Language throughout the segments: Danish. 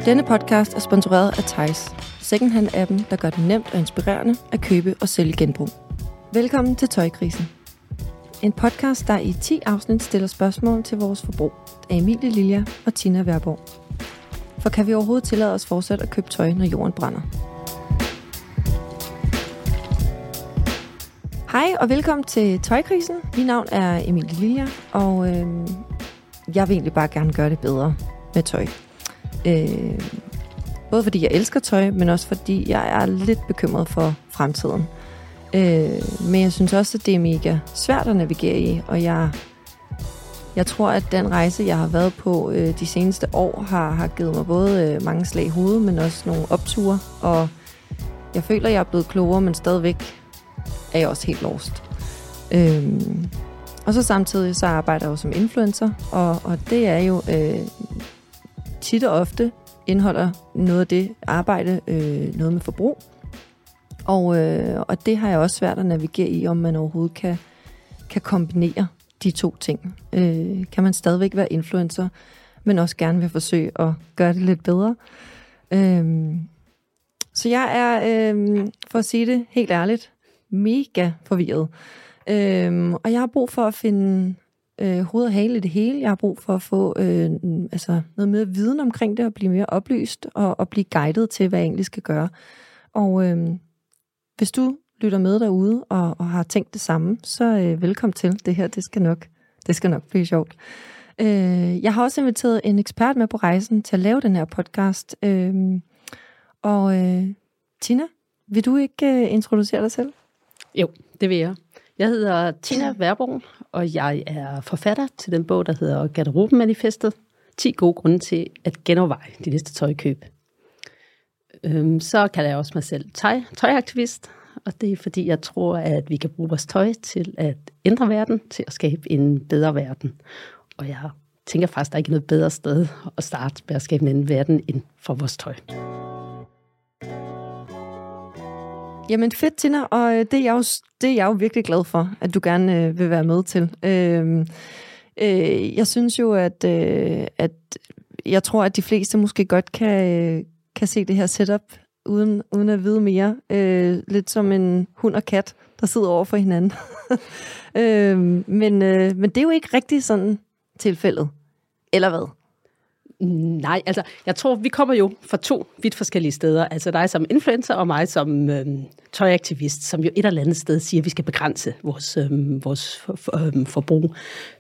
Denne podcast er sponsoreret af Theis, secondhand-appen, der gør det nemt og inspirerende at købe og sælge genbrug. Velkommen til Tøjkrisen. En podcast, der i 10 afsnit stiller spørgsmål til vores forbrug af Emilie Lilja og Tina Værborg. For kan vi overhovedet tillade os fortsat at købe tøj, når jorden brænder? Hej og velkommen til Tøjkrisen. Mit navn er Emilie Lilja, og jeg vil egentlig bare gerne gøre det bedre med tøj. Både fordi jeg elsker tøj, men også fordi jeg er lidt bekymret for fremtiden. Men jeg synes også, at det er mega svært at navigere i, og jeg tror, at den rejse, jeg har været på de seneste år, har givet mig både mange slag i hovedet, men også nogle opture, og jeg føler, at jeg er blevet klogere, men stadigvæk er jeg også helt lost. Og så samtidig så arbejder jeg jo som influencer, og det er jo tit og ofte indeholder noget af det arbejde, noget med forbrug. Og det har jeg også svært at navigere i, om man overhovedet kan kombinere de to ting. Kan man stadigvæk være influencer, men også gerne vil forsøge at gøre det lidt bedre. Så jeg er, for at sige det helt ærligt, mega forvirret. Og jeg har brug for at finde hoved og hale i det hele. Jeg har brug for at få noget mere viden omkring det, og blive mere oplyst, og blive guidet til, hvad jeg egentlig skal gøre. Og hvis du lytter med derude, og har tænkt det samme, så velkommen til. Det her, det skal nok blive sjovt. Jeg har også inviteret en ekspert med på rejsen til at lave den her podcast. Tina, vil du ikke introducere dig selv? Jo, det vil jeg. Jeg hedder Tina Værborg, og jeg er forfatter til den bog, der hedder Garderobemanifestet. 10 gode grunde til at genoverveje de næste tøjkøb. Så kalder jeg også mig selv tøjaktivist, og det er fordi, jeg tror, at vi kan bruge vores tøj til at ændre verden, til at skabe en bedre verden. Og jeg tænker faktisk, der er ikke noget bedre sted at starte med at skabe en anden verden end for vores tøj. Jamen fedt, Tina, og det er jeg jo virkelig glad for, at du gerne vil være med til. Jeg synes jo, at jeg tror, at de fleste måske godt kan se det her setup, uden at vide mere. Lidt som en hund og kat, der sidder over for hinanden. Men det er jo ikke rigtig sådan tilfældet. Eller hvad? Nej, altså jeg tror, vi kommer jo fra 2 vidt forskellige steder. Altså dig som influencer og mig som tøjaktivist, som jo et eller andet sted siger, at vi skal begrænse vores forbrug.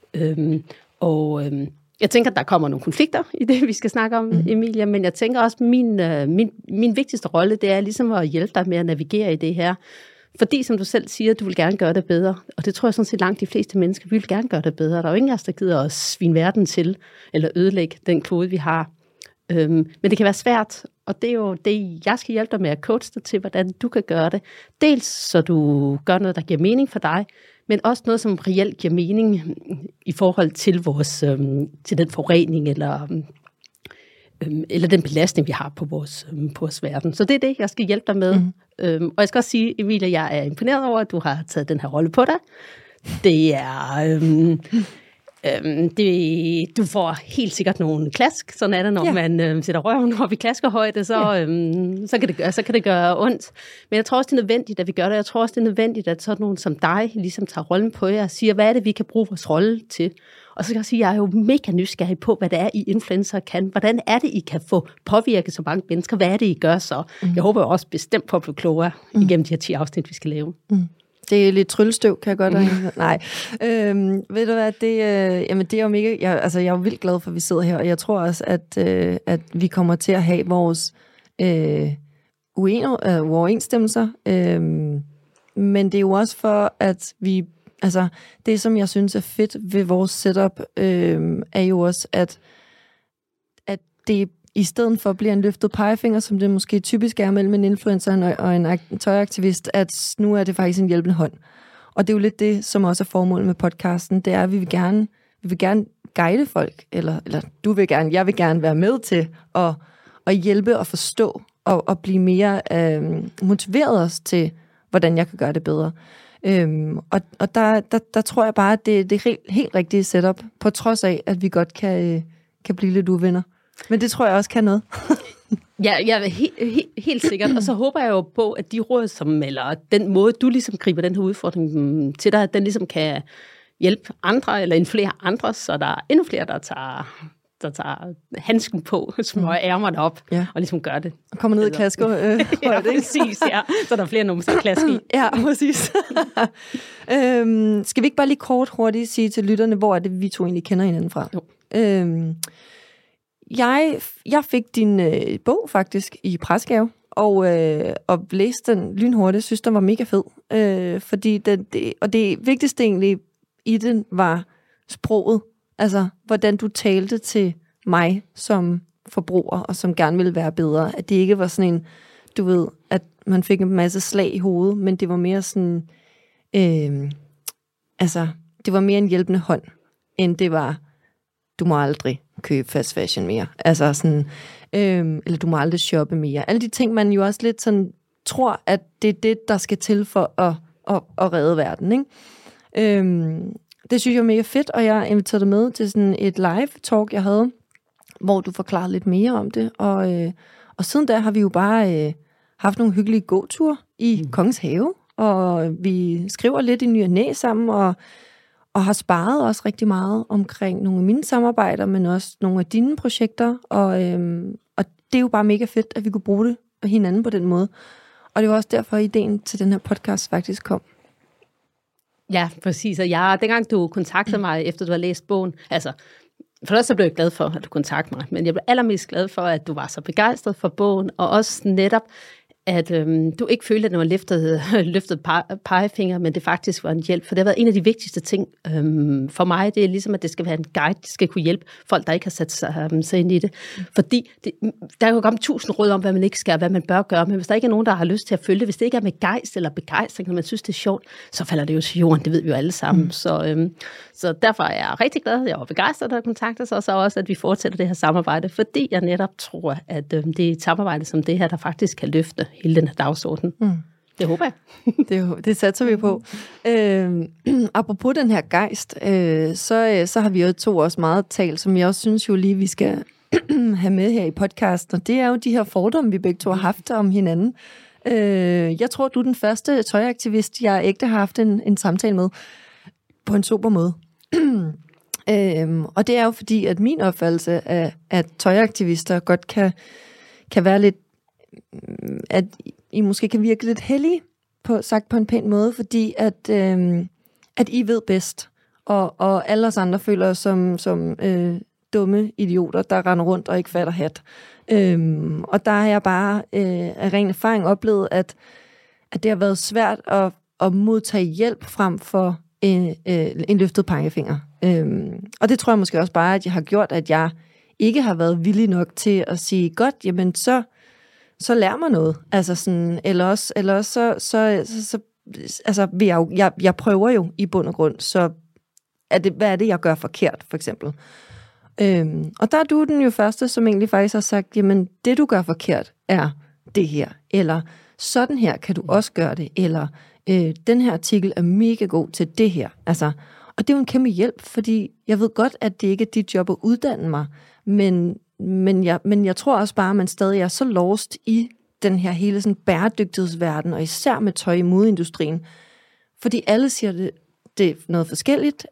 Jeg tænker, at der kommer nogle konflikter i det, vi skal snakke om, Emilia, men jeg tænker også, at min vigtigste rolle, det er ligesom at hjælpe dig med at navigere i det her. Fordi, som du selv siger, du vil gerne gøre det bedre. Og det tror jeg sådan set langt de fleste mennesker, vi vil gerne gøre det bedre. Der er jo ingen af os, der gider at svine verden til, eller ødelægge den klode, vi har. Men det kan være svært, og det er jo det, jeg skal hjælpe dig med at coache dig til, hvordan du kan gøre det. Dels så du gør noget, der giver mening for dig, men også noget, som reelt giver mening i forhold til til den forurening, eller den belastning, vi har på vores verden. Så det er det, jeg skal hjælpe dig med. Og jeg skal også sige, Emilia, jeg er imponeret over, at du har taget den her rolle på dig. Det er... du får helt sikkert nogle klask. Sådan er det, når man sætter røven op i klaskerhøjde, så kan det gøre ondt. Men jeg tror også, det er nødvendigt, at vi gør det. Jeg tror også, det er nødvendigt, at sådan nogen som dig ligesom tager rollen på jer og siger, hvad er det, vi kan bruge vores rolle til? Og så kan jeg sige, at jeg er jo mega nysgerrig på, hvad det er, I influencer kan. Hvordan er det, I kan få påvirket så mange mennesker? Hvad er det, I gør så? Jeg håber jo også bestemt på at blive klogere igennem de her 10 afsnit, vi skal lave. Det er lidt tryllestøv, kan jeg godt have. Nej. Ved du hvad, det er jo mega... Jeg er jo vildt glad for, at vi sidder her, og jeg tror også, at vi kommer til at have vores uoverensstemmelser. Men det er jo også for, at vi... Altså, det som jeg synes er fedt ved vores setup, er jo også, at det i stedet for bliver en løftet pegefinger, som det måske typisk er mellem en influencer og en tøjaktivist, at nu er det faktisk en hjælpende hånd. Og det er jo lidt det, som også er formålet med podcasten, det er, at vi vil gerne guide folk, eller jeg vil gerne være med til at hjælpe og forstå, og blive mere motiveret os til, hvordan jeg kan gøre det bedre. Og der tror jeg bare, at det er helt rigtige setup, på trods af, at vi godt kan blive lidt uvenner. Men det tror jeg også kan noget. Ja, helt sikkert. Og så håber jeg jo på, at de råd, eller den måde, du ligesom griber den her udfordring til dig, at den ligesom kan hjælpe andre, eller influere andre, så der er endnu flere, der tager handsken på, smøger ærmerne op, og ligesom gør det. Og kommer ned i klasker. Ja, præcis, ja. Så der er flere nummer til klaske i. Ja, præcis. Skal vi ikke bare lige hurtigt sige til lytterne, hvor er det, vi to egentlig kender hinanden fra? Jo. Jeg fik din bog faktisk i presgave, og læste den lynhurtigt, synes den var mega fed. Fordi det vigtigste egentlig i den var sproget. Altså, hvordan du talte til mig som forbruger, og som gerne ville være bedre. At det ikke var sådan en, du ved, at man fik en masse slag i hovedet, men det var mere sådan, det var mere en hjælpende hånd, end det var, du må aldrig købe fast fashion mere. Altså sådan, eller du må aldrig shoppe mere. Alle de ting, man jo også lidt sådan, tror, at det er det, der skal til for at redde verden, ikke? Det synes jeg var mega fedt, og jeg inviterede dig med til sådan et live-talk, jeg havde, hvor du forklarede lidt mere om det. Og siden da har vi jo bare haft nogle hyggelige gåture i Kongens Have, og vi skriver lidt i ny og næ sammen, og har sparet også rigtig meget omkring nogle af mine samarbejder, men også nogle af dine projekter. Og det er jo bare mega fedt, at vi kunne bruge det og hinanden på den måde. Og det var også derfor, ideen til den her podcast faktisk kom. Ja, præcis. Og dengang du kontaktede mig, efter du har læst bogen, altså, for det så blev jeg glad for, at du kontaktede mig, men jeg blev allermest glad for, at du var så begejstret for bogen, og også netop, at du ikke følte, at det var løftet pegefinger, men det faktisk var en hjælp. For det har været en af de vigtigste ting for mig, det er ligesom, at det skal være en guide, det skal kunne hjælpe folk, der ikke har sat sig ind i det. Fordi der er jo kommet 1000 råd om, hvad man ikke skal, hvad man bør gøre, men hvis der ikke er nogen, der har lyst til at følge det, hvis det ikke er med gejst eller begejstring, når man synes, det er sjovt, så falder det jo til jorden, det ved vi jo alle sammen. Så derfor er jeg rigtig glad, jeg var begejstret, der kontakter sig, og så også, at vi fortsætter det her samarbejde, fordi jeg netop tror, at det er et samarbejde som det her, der faktisk kan løfte hele den her dagsorden. Det håber jeg. det satser vi på. Apropos den her gejst, så har vi jo to også meget talt, som jeg også synes jo lige, vi skal have med her i podcasten, og det er jo de her fordomme, vi begge to har haft om hinanden. Jeg tror, du er den første tøjaktivist, jeg ægte har haft en samtale med, på en super måde. Og det er jo fordi, at min opfattelse af, at tøjaktivister godt kan være lidt, at I måske kan virke lidt hellige, sagt på en pæn måde, fordi at I ved bedst, og alle os andre føler os som dumme idioter, der render rundt og ikke fatter hat. Og der har jeg bare af ren erfaring oplevet, at det har været svært at modtage hjælp frem for en løftet pegefinger. Og det tror jeg måske også bare, at jeg har gjort, at jeg ikke har været villig nok til at sige, godt, jamen så lær mig noget. Altså sådan, eller også så altså vil jeg prøver jo i bund og grund, så hvad er det, jeg gør forkert, for eksempel. Og der er du den jo første, som egentlig faktisk har sagt, jamen det du gør forkert er det her, eller sådan her kan du også gøre det, eller den her artikel er mega god til det her. Altså, og det er jo en kæmpe hjælp, fordi jeg ved godt, at det ikke er dit job at uddanne mig, men jeg tror også bare, at man stadig er så lost i den her hele sådan bæredygtighedsverden, og især med tøj i modeindustrien, fordi alle siger, det er noget forskelligt,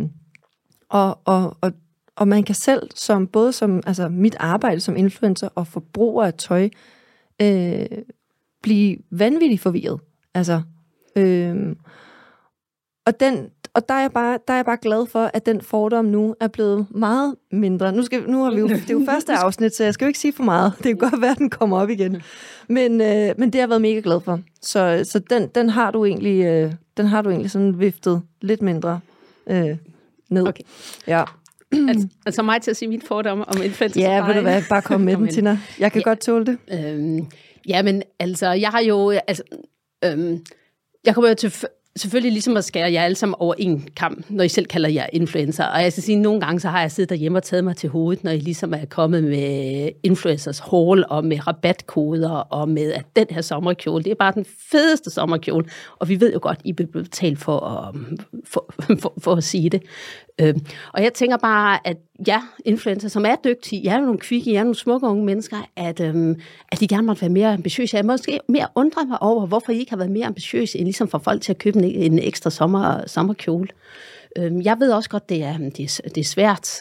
og man kan selv, både som altså mit arbejde som influencer og forbruger af tøj, blive vanvittigt forvirret. Altså, og der er jeg bare glad for, at den fordom nu er blevet meget mindre. Nu har vi jo, det er jo første afsnit, så jeg skal jo ikke sige for meget. Det kan godt være, at den kommer op igen. Men det har jeg været mega glad for. Så den har du egentlig sådan viftet lidt mindre ned. Okay. Ja. Altså mig til at sige mit fordomme om influencer. Ja, ved du hvad, bare kom med den, Tina. Jeg kan godt tåle det. Men altså, jeg har jo, jeg kommer jo til selvfølgelig ligesom at skære jer alle sammen over en kam, når I selv kalder jer influencer. Og jeg skal sige, nogle gange så har jeg siddet derhjemme og taget mig til hovedet, når I ligesom er kommet med influencers haul og med rabatkoder og med at den her sommerkjole, det er bare den fedeste sommerkjole. Og vi ved jo godt, I bliver betalt for at sige det. Og jeg tænker bare, at influencer, som er dygtige, er nogle kvikke, er nogle smukke unge mennesker, at de gerne måtte være mere ambitiøse. Jeg måske mere undre mig over, hvorfor I ikke har været mere ambitiøse, end ligesom for folk til at købe en ekstra sommerkjole. Jeg ved også godt, det er svært,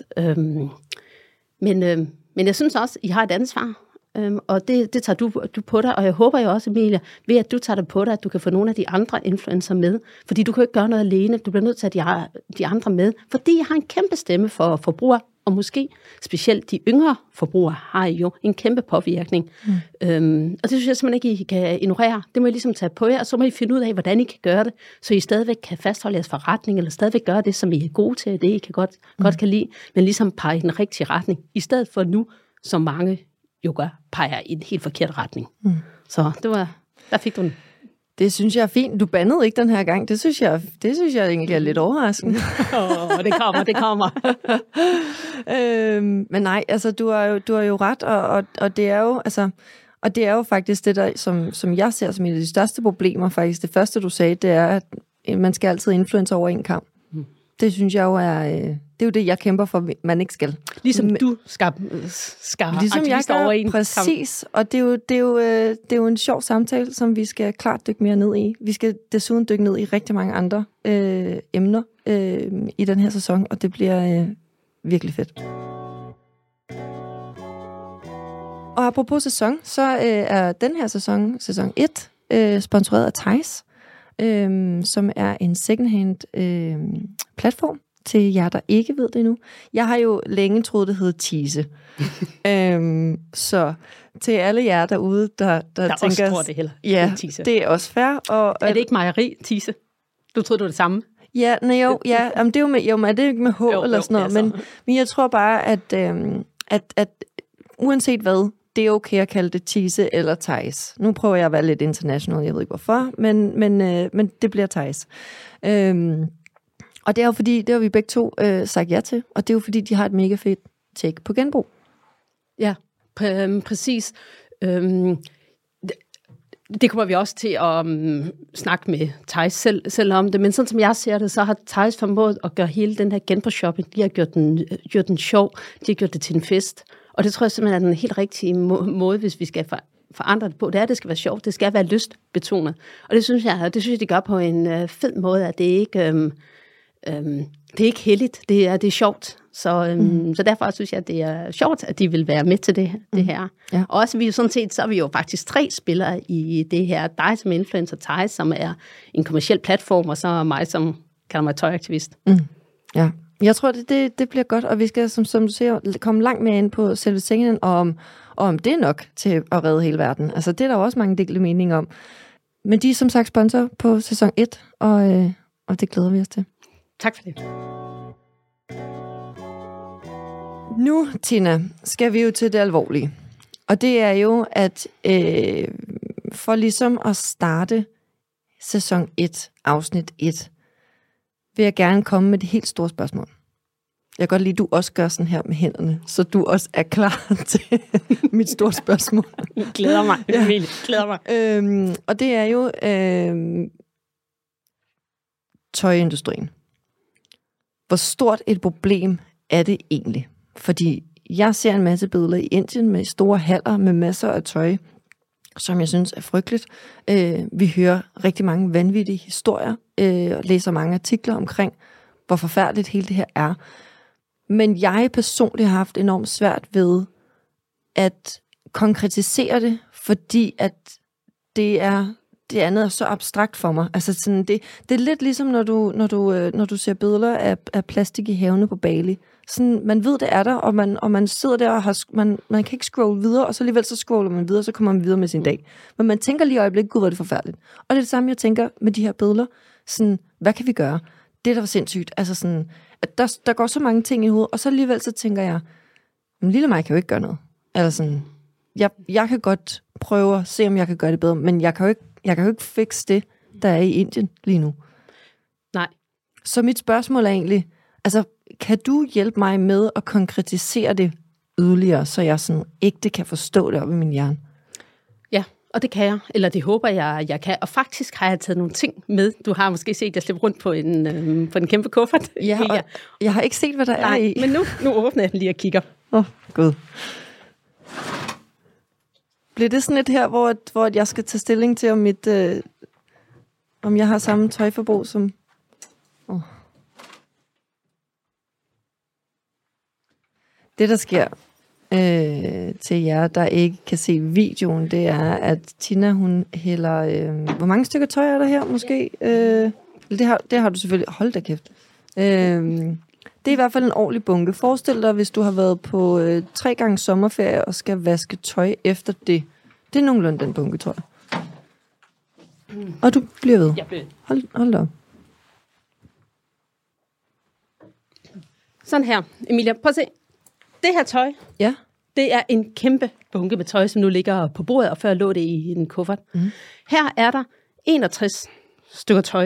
men jeg synes også, I har et ansvar. Og det tager du på dig, og jeg håber jo også, Emilie, ved at du tager det på dig, at du kan få nogle af de andre influencer med, fordi du kan ikke gøre noget alene, du bliver nødt til at have de andre med, fordi jeg har en kæmpe stemme for forbrugere, og måske specielt de yngre forbrugere har jo en kæmpe påvirkning. Og det synes jeg simpelthen ikke, I kan ignorere. Det må I ligesom tage på jer, og så må I finde ud af, hvordan I kan gøre det, så I stadigvæk kan fastholde jeres forretning, eller stadigvæk gøre det, som I er gode til, det I kan godt kan lide, men ligesom pege i den rigtige retning, i stedet for nu, som mange jo peger i en helt forkert retning. Så der fik du den. Det synes jeg er fint. Du bandede ikke den her gang. Det synes jeg egentlig er lidt overraskende. Det kommer. Men nej, altså du har jo ret, og det er jo altså, og det er jo faktisk det der, som jeg ser som et af de største problemer. Faktisk det første du sagde, det er, at man skal altid influencer over en kamp. Det synes jeg jo det er jo det, jeg kæmper for, man ikke skal. Ligesom du skal ligesom jeg gør, over en præcis. Kamp. Og det er jo en sjov samtale, som vi skal klart dykke mere ned i. Vi skal desuden dykke ned i rigtig mange andre emner i den her sæson, og det bliver virkelig fedt. Og apropos sæson, så er den her sæson 1, sponsoreret af Theis, som er en secondhand platform til jer, der ikke ved det endnu. Jeg har jo længe troet, det hed Tise. Så til alle jer derude, der tænker... også tror det heller. Ja, det er også fair. Og, er det ikke mejeri, Tise? Du troede, det var det samme? Ja, nej, det er jo med, er det ikke med H eller sådan noget? Men jeg tror bare, at uanset hvad, det er okay at kalde det Tise eller Theis. Nu prøver jeg at være lidt international, jeg ved ikke hvorfor, men det bliver Theis. Og det er jo fordi, det har vi begge to sagt ja til, og det er jo fordi, de har et mega fedt take på genbrug. Ja, præcis. Det kommer vi også til at snakke med Theis selv om det, men sådan som jeg ser det, så har Theis formået at gøre hele den her genbrugsshopping, de har gjort den sjov, de har gjort det til en fest, og det tror jeg simpelthen er den helt rigtige måde, hvis vi skal forandre det på. Det er, det skal være sjovt, det skal være lystbetonet, og det synes jeg, de gør på en fed måde, at det ikke... det er ikke heldigt, det er sjovt. Så derfor synes jeg, at det er sjovt, at de vil være med til det her. Ja. Og også, så er vi jo faktisk 3 spillere i det her. Dig som influencer, Theis, som er en kommerciel platform, og så mig, som kalder mig tøjaktivist. Ja, jeg tror, det bliver godt, og vi skal, som du siger, komme langt mere ind på selve singen, og om det er nok til at redde hele verden. Altså, det er der også mange delte meninger om. Men de er som sagt sponsor på sæson 1, og det glæder vi os til. Tak for det. Nu, Tina, skal vi jo til det alvorlige. Og det er jo, at for ligesom at starte sæson 1, afsnit 1, vil jeg gerne komme med det helt store spørgsmål. Jeg kan godt lide, at du også gør sådan her med hænderne, så du også er klar til mit store spørgsmål. Glæder mig, Emilie. Glæder mig. Og det er jo tøjindustrien. Hvor stort et problem er det egentlig? Fordi jeg ser en masse billeder i Indien med store haller med masser af tøj, som jeg synes er frygteligt. Vi hører rigtig mange vanvittige historier, og læser mange artikler omkring, hvor forfærdeligt hele det her er. Men jeg personligt har haft enormt svært ved at konkretisere det, fordi at det andet er så abstrakt for mig. Altså sådan, det er lidt ligesom, når du ser billeder af plastik i havene på Bali. Sådan, man ved, det er der, og man sidder der og man kan ikke scrolle videre, og så alligevel så scroller man videre, så kommer man videre med sin dag. Men man tænker lige i øjeblikket, gud, hvor er det forfærdeligt. Og det er det samme, jeg tænker med de her billeder. Sådan, hvad kan vi gøre? Det der var sindssygt. Altså sådan, at der går så mange ting i hovedet, og så alligevel så tænker jeg, men lille mig kan jo ikke gøre noget. Altså sådan, jeg kan godt prøve at se, om jeg kan gøre det bedre, men jeg kan jo ikke fikse det, der er i Indien lige nu. Nej. Så mit spørgsmål er egentlig, altså, kan du hjælpe mig med at konkretisere det yderligere, så jeg sådan ægte kan forstå det op i min hjerne? Ja, og det kan jeg, eller det håber jeg kan. Og faktisk har jeg taget nogle ting med. Du har måske set, at jeg slipper rundt på en kæmpe kuffert. Ja, og jeg har ikke set, hvad der er i. Men nu åbner jeg den lige og kigger. Gud. Bliver det sådan et her, hvor jeg skal tage stilling til, om jeg har samme tøjforbrug som... Det, der sker til jer, der ikke kan se videoen, det er, at Tina, hun hælder... hvor mange stykker tøj er der her, måske? Det har du selvfølgelig... Hold da kæft. Det er i hvert fald en ordentlig bunke. Forestil dig, hvis du har været på 3 gange sommerferie og skal vaske tøj efter det. Det er nogenlunde den bunke, tror jeg. Og du bliver ved. Jeg bliver. Hold da op. Sådan her, Emilia. Prøv at se. Det her tøj, Ja. det er en kæmpe bunke med tøj, som nu ligger på bordet, og før lå det i en kuffert. Her er der 61 stykker tøj.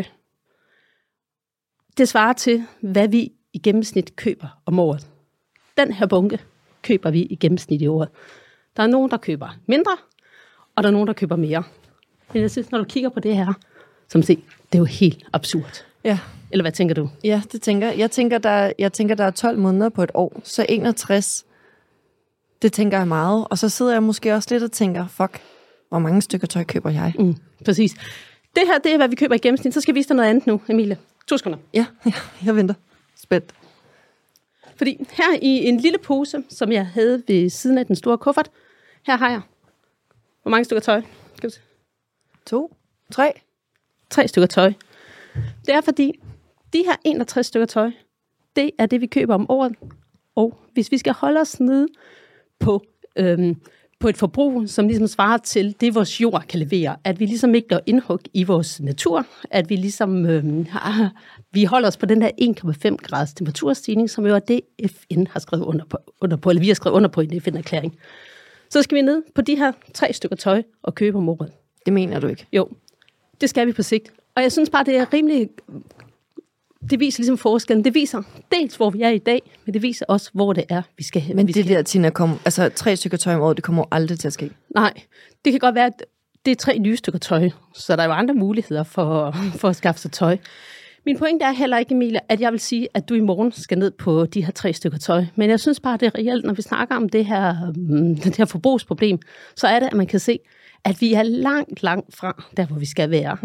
Det svarer til, hvad vi i gennemsnit køber om året. Den her bunke køber vi i gennemsnit i året. Der er nogen, der køber mindre, og der er nogen, der køber mere. Men jeg synes, når du kigger på det her, som se, det er jo helt absurd. Ja. Eller hvad tænker du? Ja, det tænker jeg. Jeg tænker, der er 12 måneder på et år, så 61, det tænker jeg meget. Og så sidder jeg måske også lidt og tænker, fuck, hvor mange stykker tøj køber jeg? Præcis. Det her, det er, hvad vi køber i gennemsnit. Så skal jeg vise dig noget andet nu, Emilie. 2 sekunder. Ja, jeg venter. Spændt. Fordi her i en lille pose, som jeg havde ved siden af den store kuffert, her har jeg, hvor mange stykker tøj? Skal vi se. 2, 3. 3 stykker tøj. Det er fordi, de her 61 stykker tøj, det er det, vi køber om året. Og hvis vi skal holde os nede på et forbrug, som ligesom svarer til det, vores jord kan levere, at vi ligesom ikke gør indhug i vores natur, at vi ligesom vi holder os på den der 1,5 graders temperaturstigning, som jo er det, FN har skrevet under på, eller vi har skrevet under på i en FN-erklæring. Så skal vi ned på de her 3 stykker tøj og købe om året. Det mener du ikke? Jo, det skal vi på sigt. Og jeg synes bare, det er rimelig... Det viser ligesom forskellen. Det viser dels, hvor vi er i dag, men det viser også, hvor det er, vi skal hen. Men det der, Tina, 3 stykker tøj om året, det kommer aldrig til at ske. Nej, det kan godt være, at det er 3 nye stykker tøj, så der er jo andre muligheder for at skaffe sig tøj. Min pointe er heller ikke, Emilia, at jeg vil sige, at du i morgen skal ned på de her 3 stykker tøj. Men jeg synes bare, det er reelt, når vi snakker om det her forbrugsproblem, så er det, at man kan se, at vi er langt fra der, hvor vi skal være.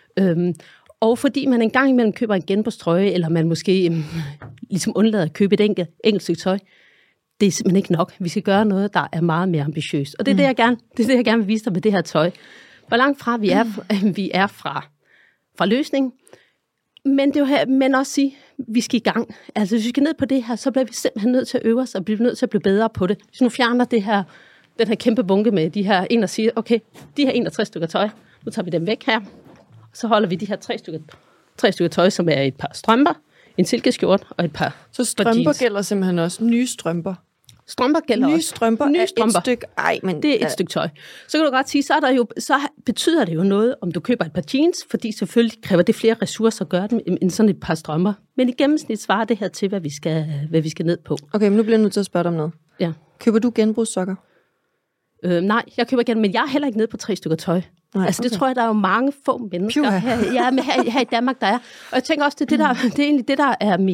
Og fordi man engang imellem køber en genbrugstrøje, eller man måske ligesom undlader at købe et enkelt stykke tøj, det er simpelthen ikke nok. Vi skal gøre noget, der er meget mere ambitiøst. Og det er det, jeg gerne vil vise dig med det her tøj. Hvor langt fra vi er fra løsningen. Men det er jo her, men også sige, vi skal i gang. Altså hvis vi skal ned på det her, så bliver vi simpelthen nødt til at øve os, og bliver nødt til at blive bedre på det. Hvis nu fjerner den her kæmpe bunke med de her og siger, okay, de her 61 stykker tøj, nu tager vi dem væk her. Så holder vi de her 3 stykker tøj, som er et par strømper, en silkeskjort og et par Så strømper gælder simpelthen også nye strømper? Strømper gælder nye også. Strømper nye er strømper. Et stykke... men det er et stykke tøj. Så kan du godt sige, så betyder det jo noget, om du køber et par jeans, fordi selvfølgelig kræver det flere ressourcer at gøre dem, end sådan et par strømper. Men i gennemsnit svarer det her til, hvad vi skal ned på. Okay, men nu bliver jeg nødt til at spørge dig om noget. Ja. Køber du genbrugssokker? Nej, jeg køber igen, men jeg er heller ikke nede på 3 stykker tøj. Nej, altså det tror jeg, der er jo mange få mennesker her i Danmark, der er. Og jeg tænker også, det er egentlig det, der er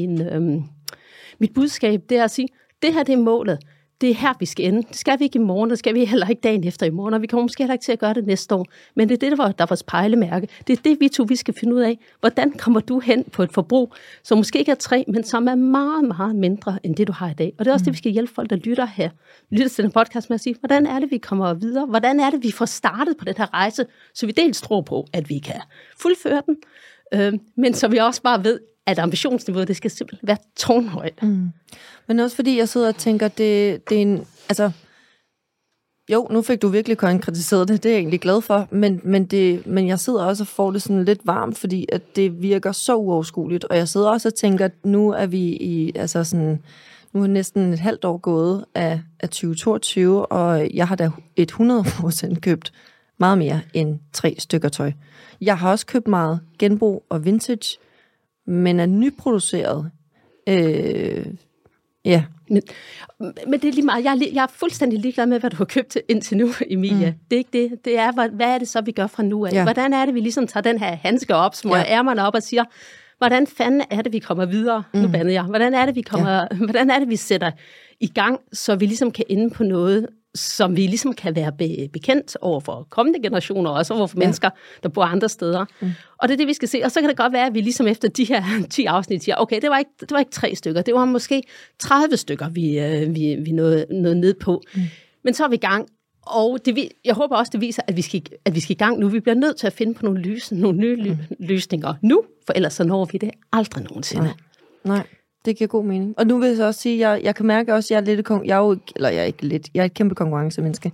mit budskab, det er at sige, det her det er målet. Det er her, vi skal ende. Det skal vi ikke i morgen, det skal vi heller ikke dagen efter i morgen, og vi kommer måske heller ikke til at gøre det næste år. Men det er det, der er vores pejlemærke. Det er det, vi skal finde ud af. Hvordan kommer du hen på et forbrug, som måske ikke er 3, men som er meget, meget mindre end det, du har i dag. Og det er også det, vi skal hjælpe folk, der lytter til den podcast med at sige, hvordan er det, vi kommer videre? Hvordan er det, vi får startet på den her rejse, så vi dels tror på, at vi kan fuldføre den, men så vi også bare ved, at ambitionsniveauet, det skal simpelthen være tårnhøjt. Men også fordi jeg sidder og tænker, det er en... Altså, jo, nu fik du virkelig konkretiseret det, det er jeg egentlig glad for, men jeg sidder også og får det sådan lidt varmt, fordi at det virker så uoverskueligt, og jeg sidder også og tænker, at nu er vi nu er næsten et halvt år gået af 2022, og jeg har da 100% købt meget mere end 3 stykker tøj. Jeg har også købt meget genbrug og vintage, men er nyproduceret Ja. Men det er lige meget. Jeg er fuldstændig ligeglad med, hvad du har købt indtil nu, Emilia. Det er ikke det. Det er, hvad er det så, vi gør fra nu af? Ja. Hvordan er det, vi ligesom tager den her handske op, smøger ærmerne op og siger, hvordan fanden er det, vi kommer videre? Nu bandede jeg. Hvordan er det, vi sætter i gang, så vi ligesom kan ende på noget, som vi ligesom kan være bekendt over for kommende generationer, og også over for mennesker, der bor andre steder. Og det er det, vi skal se. Og så kan det godt være, at vi ligesom efter de her 10 afsnit siger, okay, det var ikke 3 stykker, det var måske 30 stykker, vi nåede ned på. Men så er vi i gang, og jeg håber også, det viser, at vi skal i gang nu. Vi bliver nødt til at finde på nogle nye løsninger nu, for ellers så når vi det aldrig nogensinde. Nej. Det giver god mening. Og nu vil jeg også sige, jeg kan mærke også, at jeg er et kæmpe konkurrencemenneske.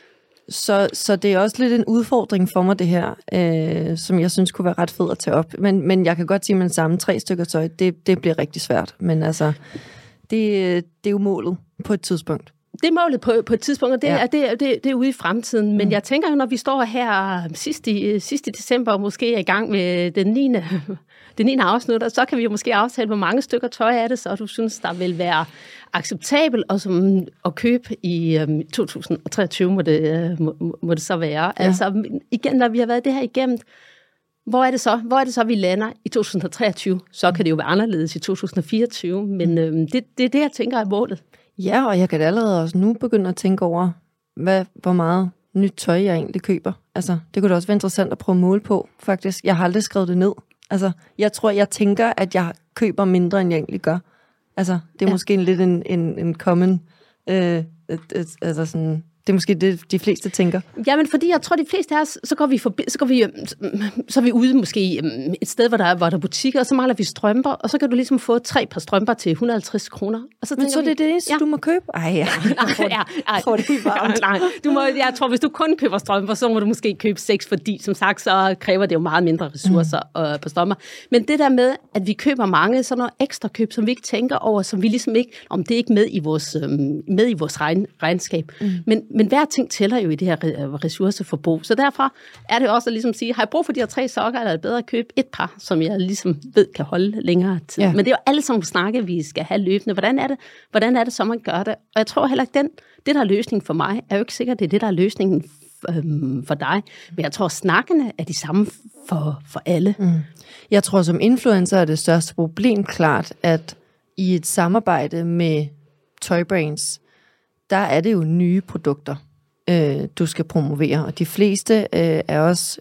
Så det er også lidt en udfordring for mig, det her, som jeg synes kunne være ret fedt at tage op. Men jeg kan godt sige, at med samme 3 stykker tøj, det bliver rigtig svært. Men altså, det er jo målet på et tidspunkt. Det er målet på et tidspunkt, og det er ude i fremtiden. Men jeg tænker jo, når vi står her sidst i december, og måske er i gang med den 9. afsnit, og så kan vi jo måske aftale, hvor mange stykker tøj er det, så du synes, der vil være acceptabelt at købe i 2023, må det så være. Ja. Altså igen, når vi har været det her igennem, hvor er det så, vi lander i 2023? Så kan det jo være anderledes i 2024, men det er det, jeg tænker er målet. Ja, og jeg kan allerede også nu begynde at tænke over, hvor meget nyt tøj jeg egentlig køber. Altså, det kunne da også være interessant at prøve at måle på, faktisk. Jeg har aldrig skrevet det ned. Altså, jeg tænker, at jeg køber mindre, end jeg egentlig gør. Altså, det er måske lidt en common, altså sådan... Det er måske det, de fleste tænker. Ja, men fordi jeg tror, de fleste af os, så er vi ude måske et sted, hvor der er butikker, og så mangler vi strømper, og så kan du ligesom få 3 par strømper til 150 kroner. Og så men så er det eneste, du må købe? Jeg tror, det er varmt. Nej, jeg tror, hvis du kun køber strømper, så må du måske købe 6, fordi som sagt, så kræver det jo meget mindre ressourcer på strømper. Men det der med, at vi køber mange sådan noget ekstra køb, som vi ikke tænker over, som vi ligesom ikke, om det er ikke med i vores regnskab. Men hver ting tæller jo i det her ressourceforbrug. Så derfor er det også at ligesom sige, har jeg brug for de her 3 sokker, eller er det bedre at købe et par, som jeg ligesom ved kan holde længere tid. Ja. Men det er jo alle sammen snakke, vi skal have løbende. Hvordan er det så, man gør det? Og jeg tror heller ikke, det der er løsningen for mig, er jo ikke sikkert, det er det, der er løsningen for dig. Men jeg tror, snakkene er de samme for alle. Jeg tror, som influencer er det største problem klart, at i et samarbejde med tøjbrands, der er det jo nye produkter, du skal promovere. Og de fleste er også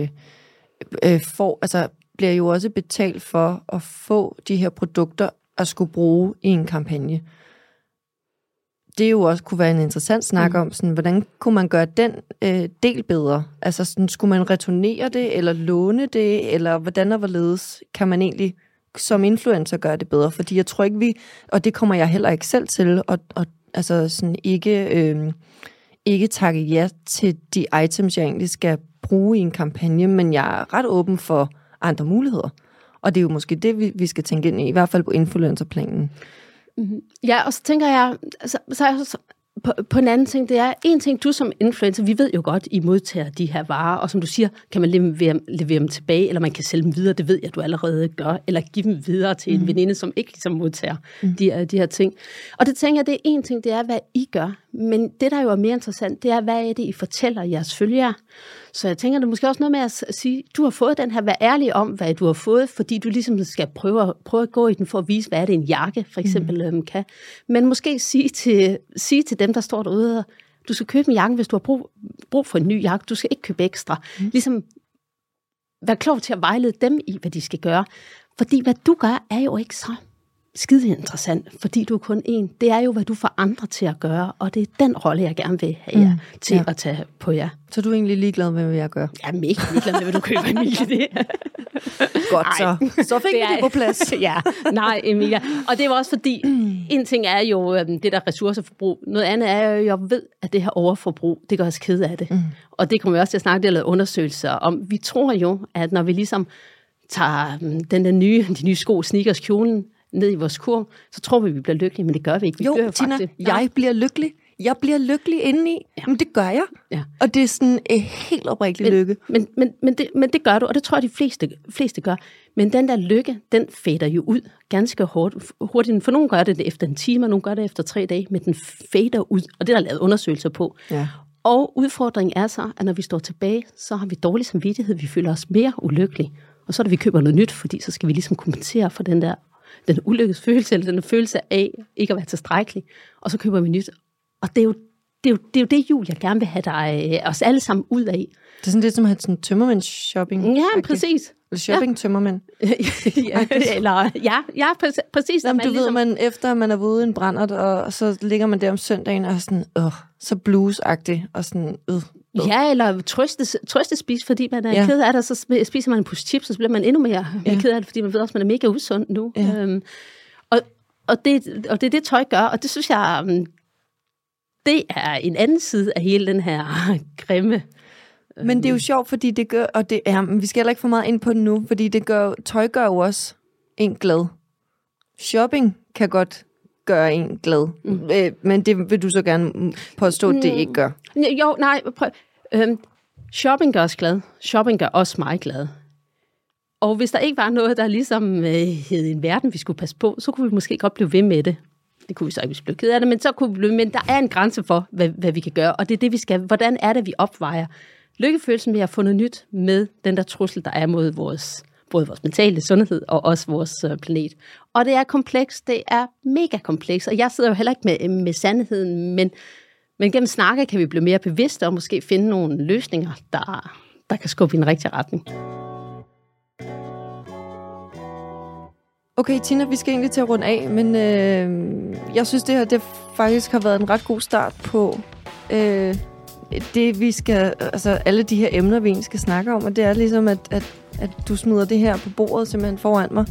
bliver jo også betalt for at få de her produkter at skulle bruge i en kampagne. Det jo også kunne være en interessant snak om, sådan, hvordan kunne man gøre den del bedre? Altså, sådan, skulle man returnere det, eller låne det, eller hvordan og hvorledes kan man egentlig som influencer gøre det bedre? Fordi jeg tror ikke og det kommer jeg heller ikke selv til, altså sådan ikke takke ja til de items, jeg egentlig skal bruge i en kampagne, men jeg er ret åben for andre muligheder. Og det er jo måske det, vi skal tænke ind i hvert fald på influencerplanen. Ja, og så tænker jeg, på en anden ting, det er en ting, du som influencer, vi ved jo godt, I modtager de her varer, og som du siger, kan man levere dem tilbage, eller man kan sælge dem videre, det ved jeg, du allerede gør, eller give dem videre til en veninde, som ikke ligesom modtager de her ting. Og det tænker jeg, det er en ting, det er, hvad I gør, men det, der jo er mere interessant, det er, hvad er det, I fortæller jeres følgere. Så jeg tænker, det er måske også noget med at sige, du har fået den her, vær ærlig om, hvad du har fået, fordi du ligesom skal prøve at gå i den for at vise, hvad er det en jakke, for eksempel, kan. Men måske sige til dem, der står derude, du skal købe en jakke, hvis du har brug for en ny jakke, du skal ikke købe ekstra. Ligesom, vær klog til at vejlede dem i, hvad de skal gøre. Fordi hvad du gør, er jo ikke så skide interessant, fordi du er kun en. Det er jo, hvad du får andre til at gøre, og det er den rolle, jeg gerne vil have jer til at tage på jer. Så du er egentlig ligeglad med, hvad jeg gør? Jeg er mega ligeglad med, hvad du køber, Emilie. Godt så. Så fik vi det på plads. Ja, nej, Emilia. Og det var også fordi, en ting er jo det der ressourceforbrug. Noget andet er jo, jeg ved, at det her overforbrug, det gør os ked af det. Og det kommer vi også til at snakke, det lavet undersøgelser om. Vi tror jo, at når vi ligesom tager de nye sko, sneakers, kjolen, ned i vores kurv, så tror vi bliver lykkelige, men det gør vi ikke. Tina, jeg bliver lykkelig. jeg bliver lykkelig indeni. Ja. Men det gør jeg. Ja. Og det er sådan en helt oprigtig lykke. Men det gør du, og det tror jeg, de fleste gør. Men den der lykke, den fader jo ud ganske hurtigt. For nogen gør det efter en time, og nogen gør det efter 3 dage, men den fader ud, og det er der lavet undersøgelser på. Ja. Og udfordringen er så, at når vi står tilbage, så har vi dårlig samvittighed, vi føler os mere ulykkelige. Og så er det, vi køber noget nyt, fordi så skal vi ligesom kompensere for den ulykkesfølelse, eller den følelse af ikke at være tilstrækkelig. Og så køber vi nyt. Og det er jo det jul, jeg gerne vil have dig, os alle sammen ud af. Det er sådan lidt som at have sådan tømmermænds-shopping. Ja, præcis. Eller shopping-tømmermænd. Ja, præcis. Jamen, du ved, man efter man er ude i en brændert, og så ligger man der om søndagen, og sådan, så blues-agtig, og sådan, Ja, eller trøstespis, fordi man er ked af det, og så spiser man en pose chips, og så bliver man endnu mere ked af det, fordi man ved også, at man er mega usund nu. Ja. Og det er det, tøj gør, og det synes jeg, det er en anden side af hele den her grimme. Men det er jo sjovt, fordi det gør, og det er, vi skal heller ikke få meget ind på det nu, fordi tøj gør jo også en glad. Shopping kan godt gøre en glad. Men det vil du så gerne påstå, at det ikke gør. Jo, nej. Shopping gør os glad. Shopping gør også mig glad. Og hvis der ikke var noget, der ligesom hed en verden, vi skulle passe på, så kunne vi måske godt blive ved med det. Det kunne vi så ikke, hvis vi blev ked af det, men så kunne vi blive, men der er en grænse for, hvad vi kan gøre, og det er det, vi skal. Hvordan er det, vi opvejer lykkefølelsen ved at få noget nyt med den der trussel, der er mod både vores mentale sundhed og også vores planet. Og det er komplekst, det er mega komplekst, og jeg sidder jo heller ikke med sandheden, men gennem snakke kan vi blive mere bevidste og måske finde nogle løsninger, der kan skubbe i en rigtig retning. Okay, Tina, vi skal egentlig til at runde af, men jeg synes, det faktisk har været en ret god start på det, vi skal, altså alle de her emner, vi egentlig skal snakke om, og det er ligesom, at du smider det her på bordet simpelthen foran mig,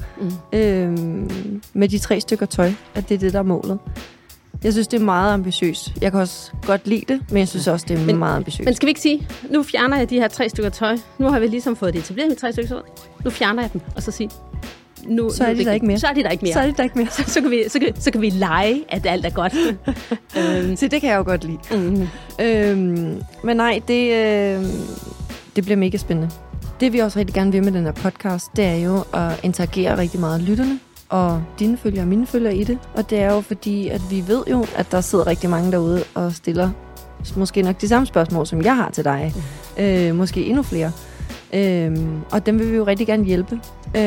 med de 3 stykker tøj, at det er det, der er målet. Jeg synes, det er meget ambitiøst. Jeg kan også godt lide det, men jeg synes også, det er meget ambitiøst. Men skal vi ikke sige, nu fjerner jeg de her 3 stykker tøj. Nu har vi ligesom fået det etableret med 3 stykker tøj. Nu fjerner jeg dem, og så sige, så er de der ikke mere. Så er de der ikke mere. Så kan vi lege, at alt er godt. Så det kan jeg jo godt lide. Men nej, det bliver mega spændende. Det vi også rigtig gerne vil med den her podcast, det er jo at interagere rigtig meget af lytterne, og dine følgere og mine følgere i det. Og det er jo fordi, at vi ved jo, at der sidder rigtig mange derude og stiller måske nok de samme spørgsmål, som jeg har til dig. Måske endnu flere. Og dem vil vi jo rigtig gerne hjælpe.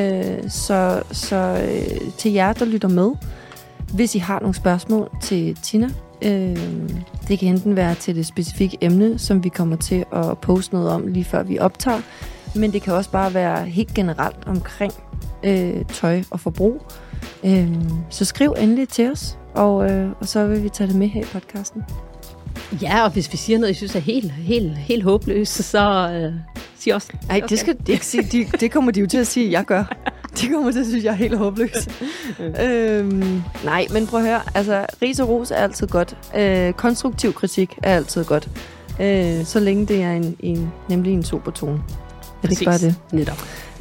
Så til jer, der lytter med, hvis I har nogle spørgsmål til Tina, det kan enten være til det specifikke emne, som vi kommer til at poste noget om lige før vi optager, men det kan også bare være helt generelt omkring tøj og forbrug. Så skriv endelig til os, og så vil vi tage det med her i podcasten. Ja, og hvis vi siger noget, jeg synes er helt håbløst, så sig også. Nej, det skal de ikke sige. Det kommer de jo til at sige, at jeg gør. De kommer til at synes, jeg er helt håbløs. Nej, men prøv at høre. Altså, ris og ros er altid godt. Konstruktiv kritik er altid godt. Så længe det er nemlig en sober tone. Er det ikke bare det? Netop.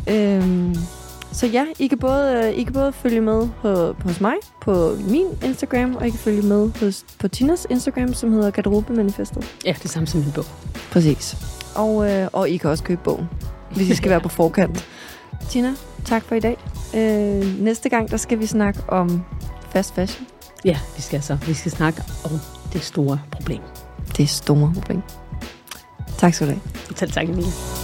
Så ja, I kan både følge med hos mig på min Instagram, og I kan følge med på Tinas Instagram, som hedder Garderobemanifestet. Ja, det samme som min bog. Præcis. Og I kan også købe bogen, hvis I skal være på forkant. Tina, tak for i dag. Næste gang, der skal vi snakke om fast fashion. Ja, vi skal snakke om det store problem. Det store problem. Tak skal du have. Selv tak, Emilie.